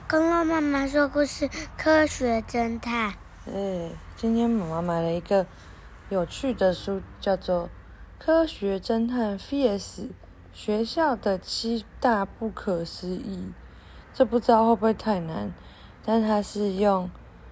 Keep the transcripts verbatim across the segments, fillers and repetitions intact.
刚刚妈妈说故事，科学侦探。 对，今天妈妈买了一个有趣的书，叫做《科学侦探 V S 学校的七大不可思议》。这不知道会不会太难，但它是用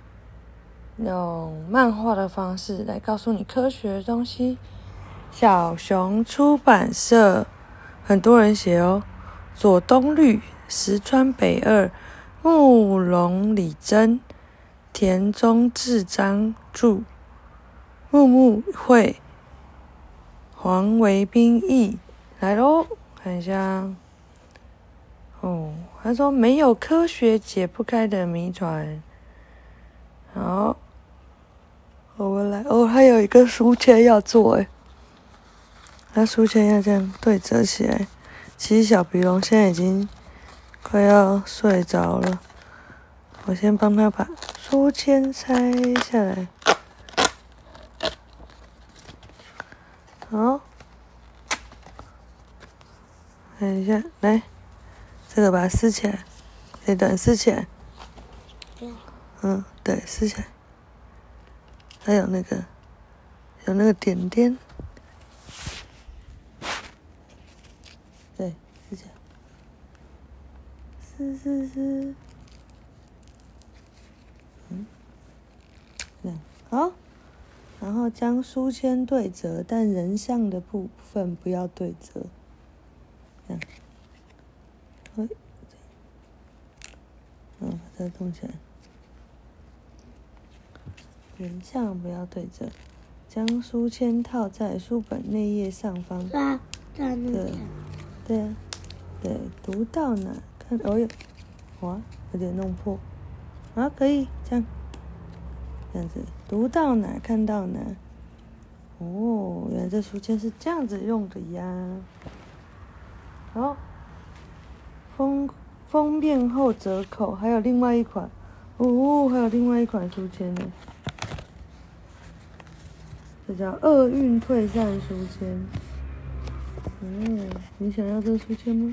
用漫画的方式来告诉你科学的东西。小熊出版社很多人写哦，左东绿、石川北二、慕容李真、田中智章著，木木会、黄维斌译。来咯，看一下哦。他说没有科学解不开的谜团。好，我们来哦，还有一个书签要做诶。他书签要这样对折起来。其实小鼻龙现在已经快要睡着了，我先帮他把书签拆下来。好，看一下，来，这个把它撕起来，这段撕起来。嗯，对，撕起来。还有那个，有那个点点。对，撕起来。撕撕撕。嗯，这样好。然后将书签对折，但人像的部分不要对折。这样，哎，嗯，把这个动起来。人像不要对折，将书签套在书本内页上方。 啊，在那对，对啊，对，读到哪看，哦哟，哇，有点弄破。啊，可以这样，这样子，读到哪看到哪。哦，原来这书签是这样子用的呀。好，封封面后折扣，还有另外一款，哦，还有另外一款书签呢。这叫厄运退散书签。嗯，你想要这个书签吗？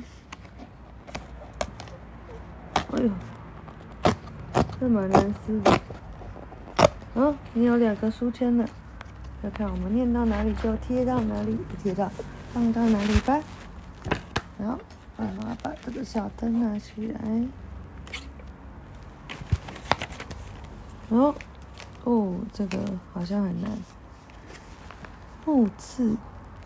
哎呦，这蛮难撕的。哦，你有两个书签了。要看我们念到哪里就贴到哪里，不贴到放到哪里吧。好，妈妈把这个小灯拿起来。哦，哦，这个好像很难。木刺。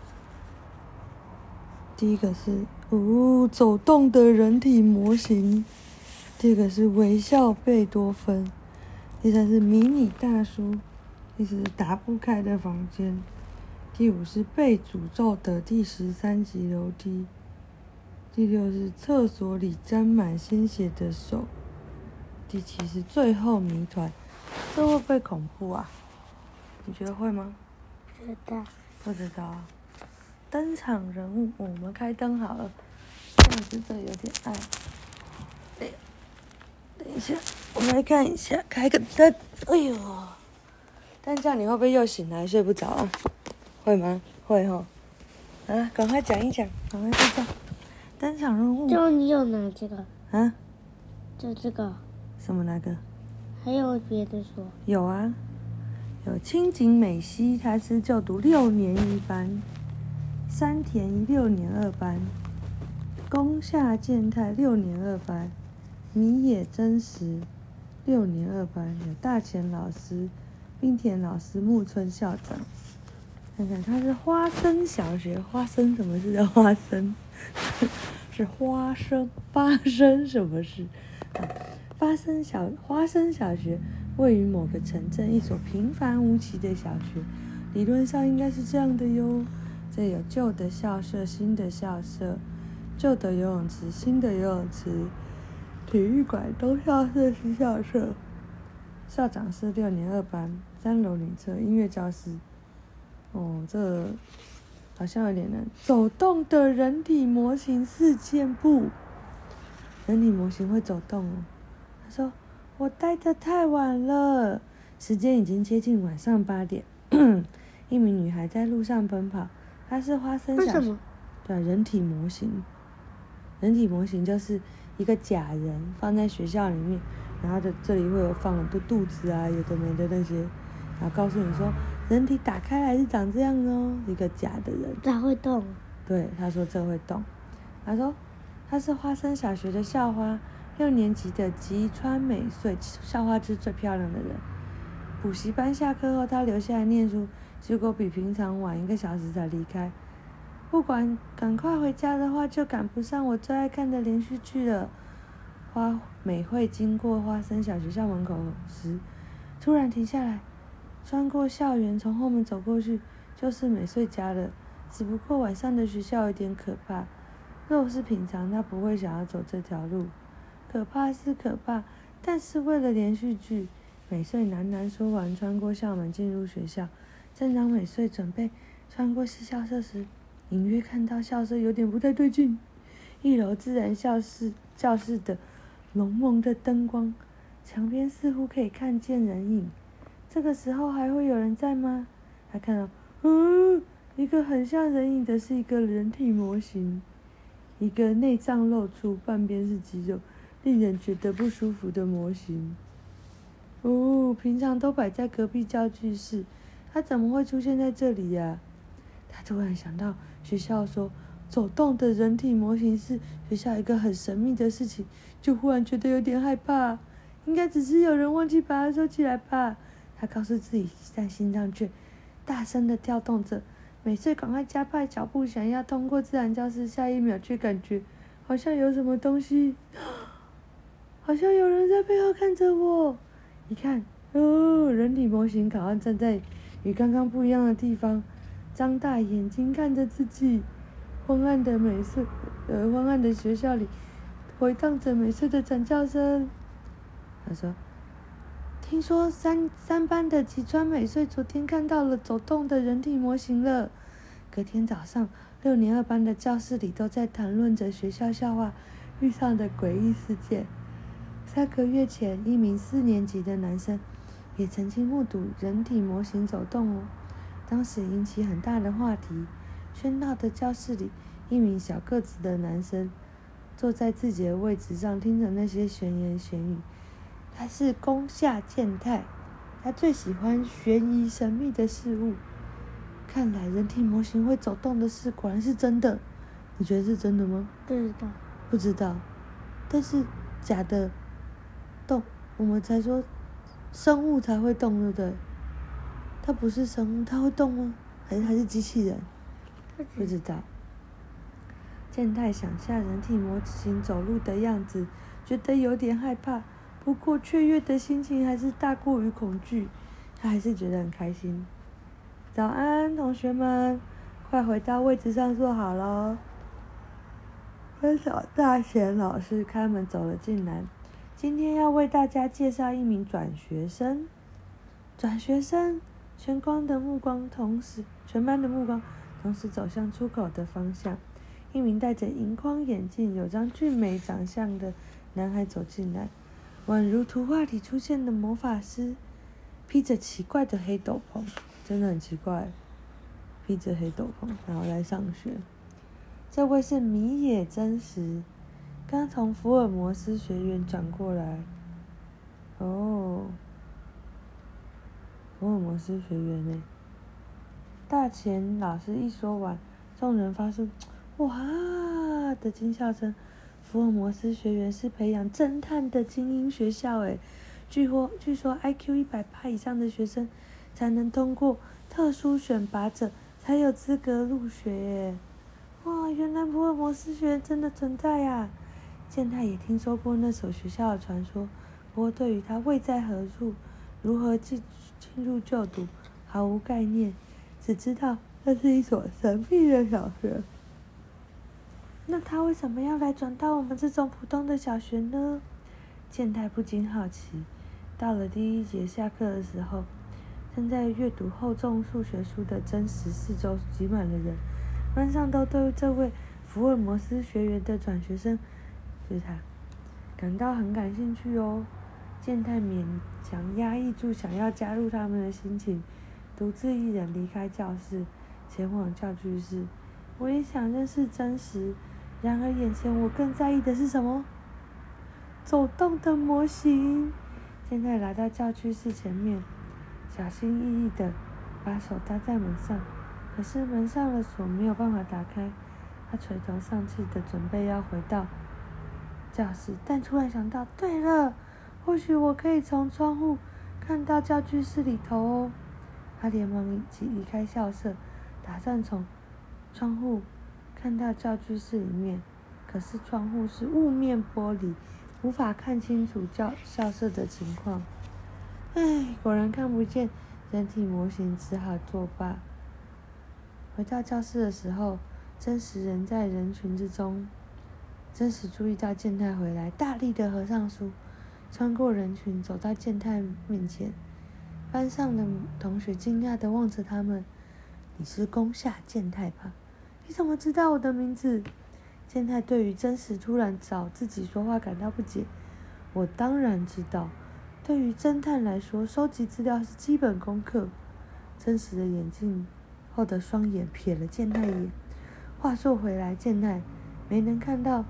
第一个是哦，走动的人体模型。第二个是微笑贝多芬。第三是迷你大叔。第四是打不开的房间。第五是被诅咒的第十三级楼梯。第六是厕所里沾满鲜血的手。第七是最后谜团。这会不会恐怖啊？你觉得会吗？ 不知道。 不知道啊。登场人物，哦，我们开灯好了，这样子这有点暗。哎，等一下，我们来看一下，开个灯。哎呦，但这样你会不会又醒来睡不着啊？会吗？会吼。啊，赶快讲一讲，赶快睡觉。登场人物。 就你有拿这个？ 啊？ 就这个。 什么那个？ 还有别的说？ 有啊，有清井美希，她是就读六年一班。山田一六年二班，宫下健太六年二班，米野真实六年二班，有大前老师、冰田老师、木村校长。看看他是花生小学，花生什么事叫花生？是花生发生什么事？啊、发生小花生小学位于某个城镇，一所平凡无奇的小学，理论上应该是这样的哟。这有旧的校舍、新的校舍，旧的游泳池、新的游泳池，体育馆、东校舍、西校舍。校长是六年二班，三楼女厕，音乐教室。哦，这好像有点难。走动的人体模型事件簿，人体模型会走动哦。他说：“我待得太晚了，时间已经接近晚上八点。一名女孩在路上奔跑。”它是花生小， 为什么？ 对，人体模型，人体模型就是一个假人放在学校里面，然后的这里会有放很多肚子啊，有的没的那些，然后告诉你说人体打开来是长这样哦，一个假的人。 它会动。 对，他说这会动。他说他是花生小学的校花，六年级的吉川美穗，校花是最漂亮的人。补习班下课后，他留下来念书，结果比平常晚一个小时才离开。不管赶快回家的话，就赶不上我最爱看的连续剧了。花美惠经过花生小学校门口时，突然停下来，穿过校园从后门走过去，就是美穗家了。只不过晚上的学校有点可怕，若是平常，他不会想要走这条路。可怕是可怕，但是为了连续剧，美穗喃喃说完，穿过校门进入学校。正当美穗准备穿过校舍时，隐约看到校舍有点不太对劲。一楼自然教室教室的浓蒙的灯光，墙边似乎可以看见人影。这个时候还会有人在吗？他看到，嗯。一个很像人影的是一个人体模型，一个内脏露出，半边是肌肉，令人觉得不舒服的模型。哦，平常都摆在隔壁教具室，他怎么会出现在这里呀、啊？他突然想到学校说走动的人体模型是学校一个很神秘的事情，就忽然觉得有点害怕。应该只是有人忘记把它收起来吧。他告诉自己，但心脏却大声地跳动着。美穗赶快加快脚步，想要通过自然教室，下一秒却感觉好像有什么东西，好像有人在背后看着我。一看，哦，人体模型好像站在与刚刚不一样的地方，张大眼睛看着自己。昏暗的美穗，呃，昏暗的学校里回荡着美穗的惨叫声。他说：“听说三三班的吉川美穗昨天看到了走动的人体模型了。”隔天早上，六年二班的教室里都在谈论着学校校花遇上的诡异事件。三个月前，一名四年级的男生也曾经目睹人体模型走动哦，当时引起很大的话题。喧闹的教室里，一名小个子的男生坐在自己的位置上，听着那些闲言闲语。他是宫下健太，他最喜欢悬疑神秘的事物。看来人体模型会走动的事果然是真的，你觉得是真的吗？ 不知道。 不知道，但是假的动，我们才说生物才会动，对不对？它不是生物，它会动吗？还是还是机器人？不知道。健太想象人体模型走路的样子，觉得有点害怕，不过雀跃的心情还是大过于恐惧，他还是觉得很开心。早安，同学们，快回到位置上坐好咯。分早大贤老师开门走了进来，今天要为大家介绍一名转学生。转学生，全光的目光同时，全班的目光同时走向出口的方向。一名戴着银框眼镜、有张俊美长相的男孩走进来，宛如图画里出现的魔法师，披着奇怪的黑斗篷，真的很奇怪，披着黑斗篷然后来上学。这位是米野真实，刚从福尔摩斯学院转过来。哦，福尔摩斯学院呢？大前老师一说完，众人发出哇的惊笑声。福尔摩斯学园是培养侦探的精英学校诶，据说据说 I Q 一百八以上的学生才能通过特殊选拔者才有资格入学耶。哇，原来福尔摩斯学院真的存在呀！健太也听说过那所学校的传说，不过对于它位在何处、如何进进入就读毫无概念，只知道那是一所神秘的小学。那他为什么要来转到我们这种普通的小学呢？健太不禁好奇。到了第一节下课的时候，正在阅读厚重数学书的真实四周挤满了人，班上都对这位福尔摩斯学园的转学生，就是他，感到很感兴趣哦。健太勉强压抑住想要加入他们的心情，独自一人离开教室，前往教具室。我也想认识真实，然而眼前我更在意的是什么？ 走动的模型。健太来到教具室前面，小心翼翼地把手搭在门上，可是门上的锁没有办法打开。他垂头丧气地准备要回到教室，但突然想到，对了，或许我可以从窗户看到教具室里头哦。他连忙离开校舍，打算从窗户看到教具室里面。可是窗户是雾面玻璃，无法看清楚教校舍的情况。唉，果然看不见人体模型，只好作罢。回到教室的时候，真实人在人群之中。真实注意到健太回来，大力的合上书，穿过人群走到健太面前。班上的同学惊讶地望着他们：“你是宫下健太吧？你怎么知道我的名字？”健太对于真实突然找自己说话感到不解。我当然知道，对于侦探来说，收集资料是基本功课。真实的眼镜后的双眼瞥了健太一眼。话说回来，健太没能看到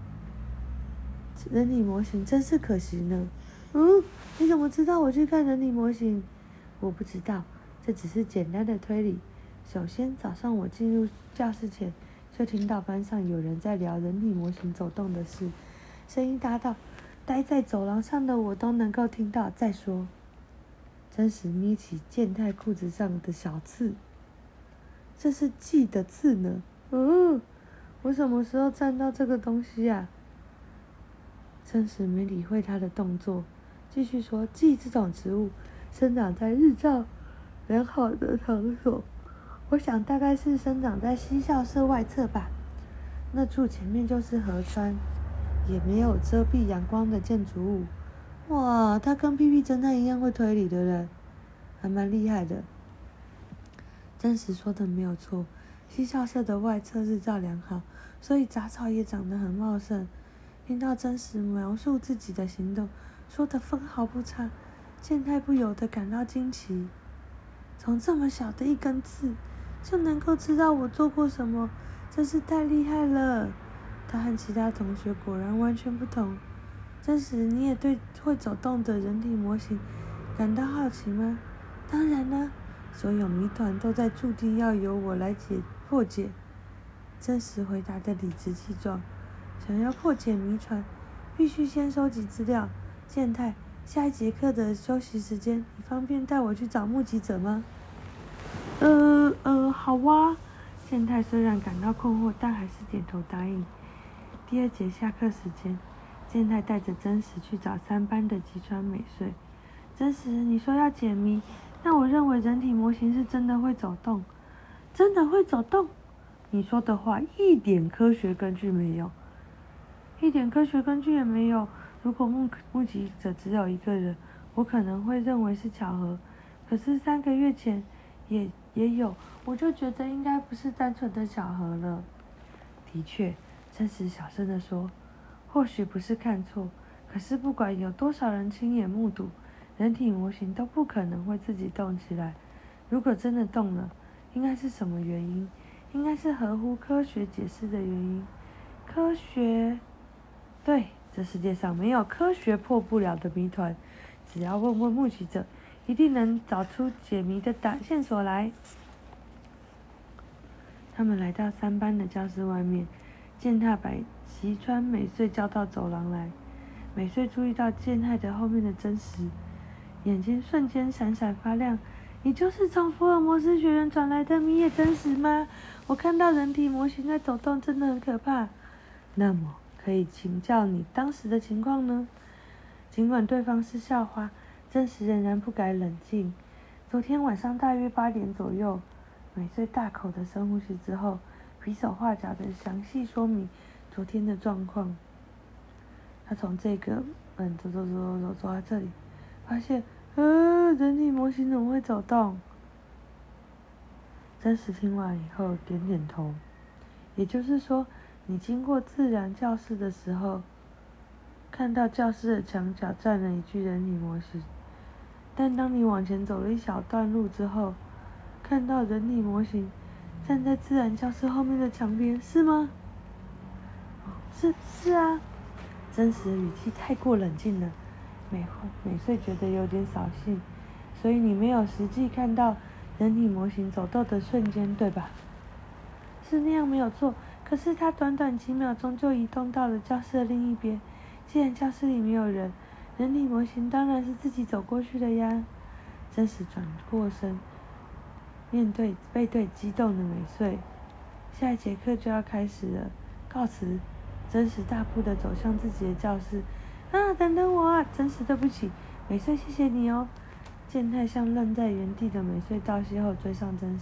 人体模型，真是可惜呢。嗯，你怎么知道我去看人体模型？我不知道，这只是简单的推理。首先，早上我进入教室前，就听到班上有人在聊人体模型走动的事，声音大到待在走廊上的我都能够听到。再说，真实捏起健太裤子上的小刺，这是记的刺呢。嗯，我什么时候沾到这个东西啊？真实没理会他的动作，继续说：记这种植物生长在日照良好的场所，我想大概是生长在西校舍外侧吧。那处前面就是河川，也没有遮蔽阳光的建筑物。哇，他跟屁屁侦探一样会推理，对不对？还蛮厉害的。真实说的没有错，西校舍的外侧日照良好，所以杂草也长得很茂盛。听到真实描述自己的行动，说得分毫不差，健太不由得感到惊奇。从这么小的一根刺，就能够知道我做过什么，真是太厉害了。他和其他同学果然完全不同。真实，你也对会走动的人体模型感到好奇吗？当然啦，所有谜团都在注定要由我来解破解。真实回答的理直气壮。想要破解谜团，必须先收集资料。健太，下一节课的休息时间，你方便带我去找目击者吗？呃呃，好啊。健太虽然感到困惑，但还是点头答应。第二节下课时间，健太带着真实去找三班的吉川美穗。真实，你说要解谜，但我认为人体模型是真的会走动。真的会走动？你说的话一点科学根据没有。一点科学根据也没有。如果目目击者只有一个人，我可能会认为是巧合。可是三个月前也也有，我就觉得应该不是单纯的巧合了。的确，真实小声地说，或许不是看错，可是不管有多少人亲眼目睹，人体模型都不可能会自己动起来。如果真的动了，应该是什么原因？应该是合乎科学解释的原因。科学。对，这世界上没有科学破不了的谜团，只要问问目击者，一定能找出解谜的答线索来。他们来到三班的教室外面，健太把吉川美穗叫到走廊来。美穗注意到健太的后面的真实，眼睛瞬间闪闪发亮。你就是从福尔摩斯学院传来的米野真实吗？我看到人体模型在走动，真的很可怕。那么可以请教你当时的情况呢？尽管对方是校花，真实仍然不改冷静。昨天晚上大约八点左右，美穗大口的深呼吸之后，比手画脚的详细说明昨天的状况。他从这个门走走走走走走到这里，发现，呃，人体模型怎么会走动？真实听完以后点点头，也就是说，你经过自然教室的时候，看到教室的墙角站了一具人体模型，但当你往前走了一小段路之后，看到人体模型站在自然教室后面的墙边，是吗？是是啊。 真实的语气太过冷静了，美美穗觉得有点扫兴。所以你没有实际看到人体模型走动的瞬间，对吧？是那样没有错，可是它短短几秒钟就移动到了教室的另一边。既然教室里没有人，人体模型当然是自己走过去的呀。真实转过身，面对背对激动的美穗。下一节课就要开始了，告辞。真实大步的走向自己的教室。啊，等等我啊！真实对不起，美穗谢谢你哦。健太向愣在原地的美穗道谢后追上真实。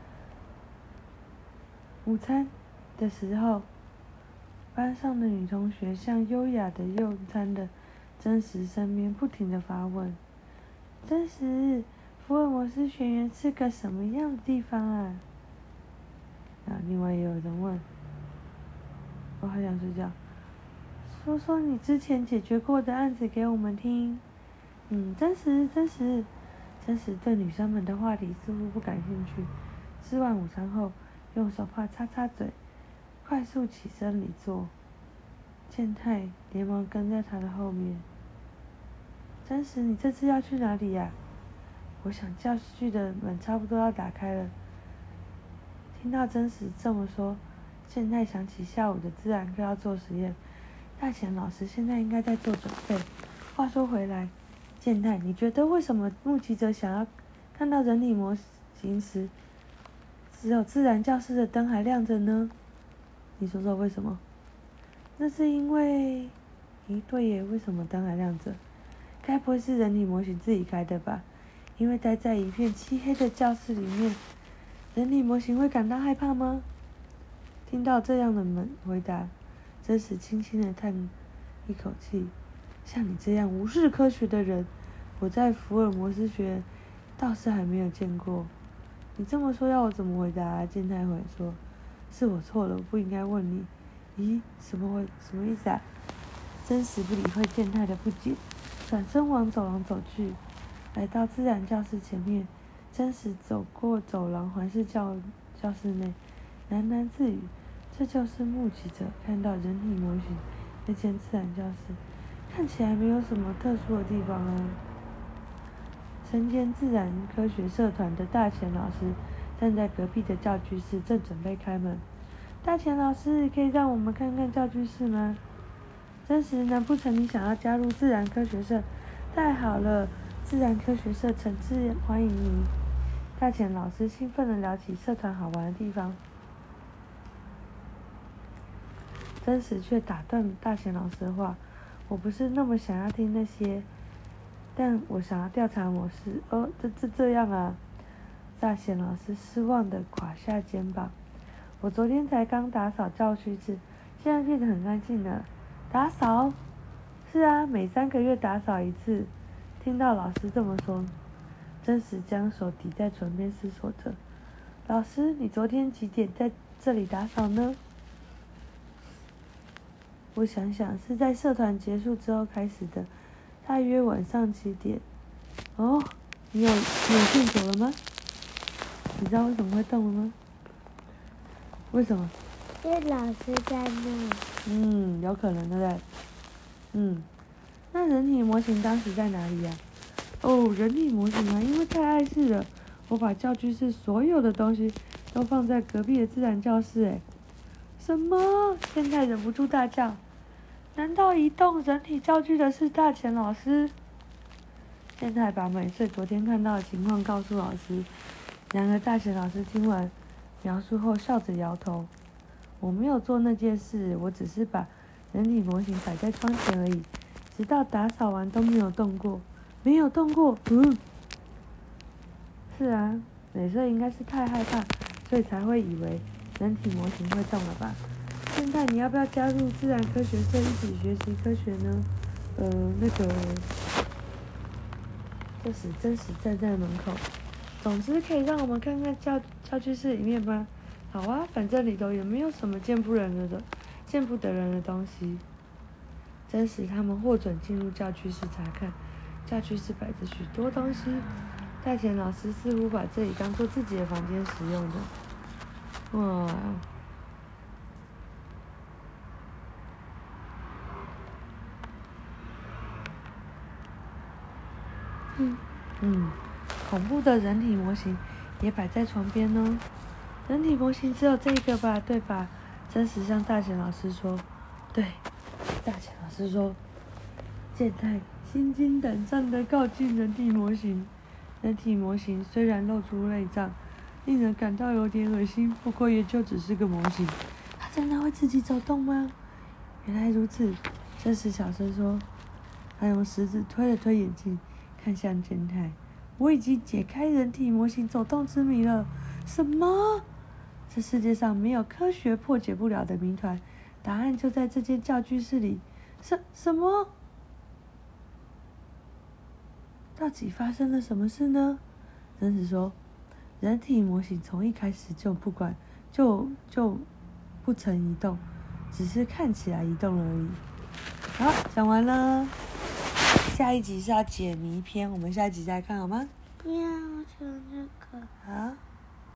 午餐的时候，班上的女同学向优雅的用餐的真实身边不停的发问：真实，福尔摩斯学园是个什么样的地方啊？啊，另外也有人问：我好想睡觉。说说你之前解决过的案子给我们听。嗯，真实，真实，真实对女生们的话题似乎不感兴趣。吃完午餐后，用手帕擦擦嘴，快速起身离座。健太连忙跟在他的后面。真实，你这次要去哪里呀？我想教室的门差不多要打开了。听到真实这么说，健太想起下午的自然课要做实验，大前老师现在应该在做准备。话说回来，健太，你觉得为什么目击者想要看到人体模型时，只有自然教室的灯还亮着呢？你说说为什么？那是因为……咦，对耶，为什么灯还亮着？该不会是人体模型自己开的吧？因为待在一片漆黑的教室里面，人体模型会感到害怕吗？听到这样的回答，真实轻轻的叹一口气。像你这样无视科学的人，我在福尔摩斯学院倒是还没有见过。你这么说要我怎么回答啊？健太回说：“是我错了，我不应该问你。”咦，什么回什么意思啊？真实不理会健太的不解，转身往走廊走去。来到自然教室前面，真实走过走廊，环视教教室内，喃喃自语：“这就是目击者看到人体模型那间自然教室，看起来没有什么特殊的地方啊。”身兼自然科学社团的大前老师站在隔壁的教具室，正准备开门。大前老师，可以让我们看看教具室吗？真实，难不成你想要加入自然科学社？太好了，自然科学社诚挚欢迎你。大前老师兴奋地聊起社团好玩的地方。真实却打断大前老师的话：“我不是那么想要听那些，但我想要调查模式。”哦，这这这样啊！大前老师失望地垮下肩膀。我昨天才刚打扫教区室，现在变得很干净了。打扫？是啊，每三个月打扫一次。听到老师这么说，真实将手抵在唇边思索着。老师，你昨天几点在这里打扫呢？我想想，是在社团结束之后开始的，大约晚上七点。哦，你有你有线索了吗？你知道为什么会动了吗？为什么？ 因为老师在那。 嗯，有可能，对不对？嗯，那人体模型当时在哪里呀？哦，人体模型啊，因为太碍事了，我把教具室所有的东西都放在隔壁的自然教室。哎，什么？现在忍不住大叫。难道移动人体教具的是大前老师？现在把美穗昨天看到的情况告诉老师。然而大前老师听完描述后笑着摇头：“我没有做那件事，我只是把人体模型摆在窗前而已，直到打扫完都没有动过，没有动过。”嗯，是啊，美穗应该是太害怕，所以才会以为人体模型会动了吧？现在你要不要加入自然科学社一起学习科学呢？呃，那个，这时真实站在门口。总之，可以让我们看看教教具室里面吗？好啊，反正里头也没有什么见不人的、见不得人的东西。真实他们获准进入教具室查看，教具室摆着许多东西。大前老师似乎把这里当做自己的房间使用的。哇！ 嗯嗯，恐怖的人体模型也摆在床边哦。人体模型只有这个吧，对吧？真实向大贤老师说。对，大贤老师说。健太心惊胆战地靠近人体模型。人体模型虽然露出内脏，令人感到有点恶心，不过也就只是个模型。它真的会自己走动吗？原来如此，真实小声说。他用食指推了推眼镜，看向健太。我已经解开人体模型走动之谜了。什么？这世界上没有科学破解不了的谜团，答案就在这间教具室里。什什么？到底发生了什么事呢？真实说，人体模型从一开始就不管，就就不曾移动，只是看起来移动了而已。好，讲完了。下一集是要解谜篇，我们下一集再看好吗？ 不要，我想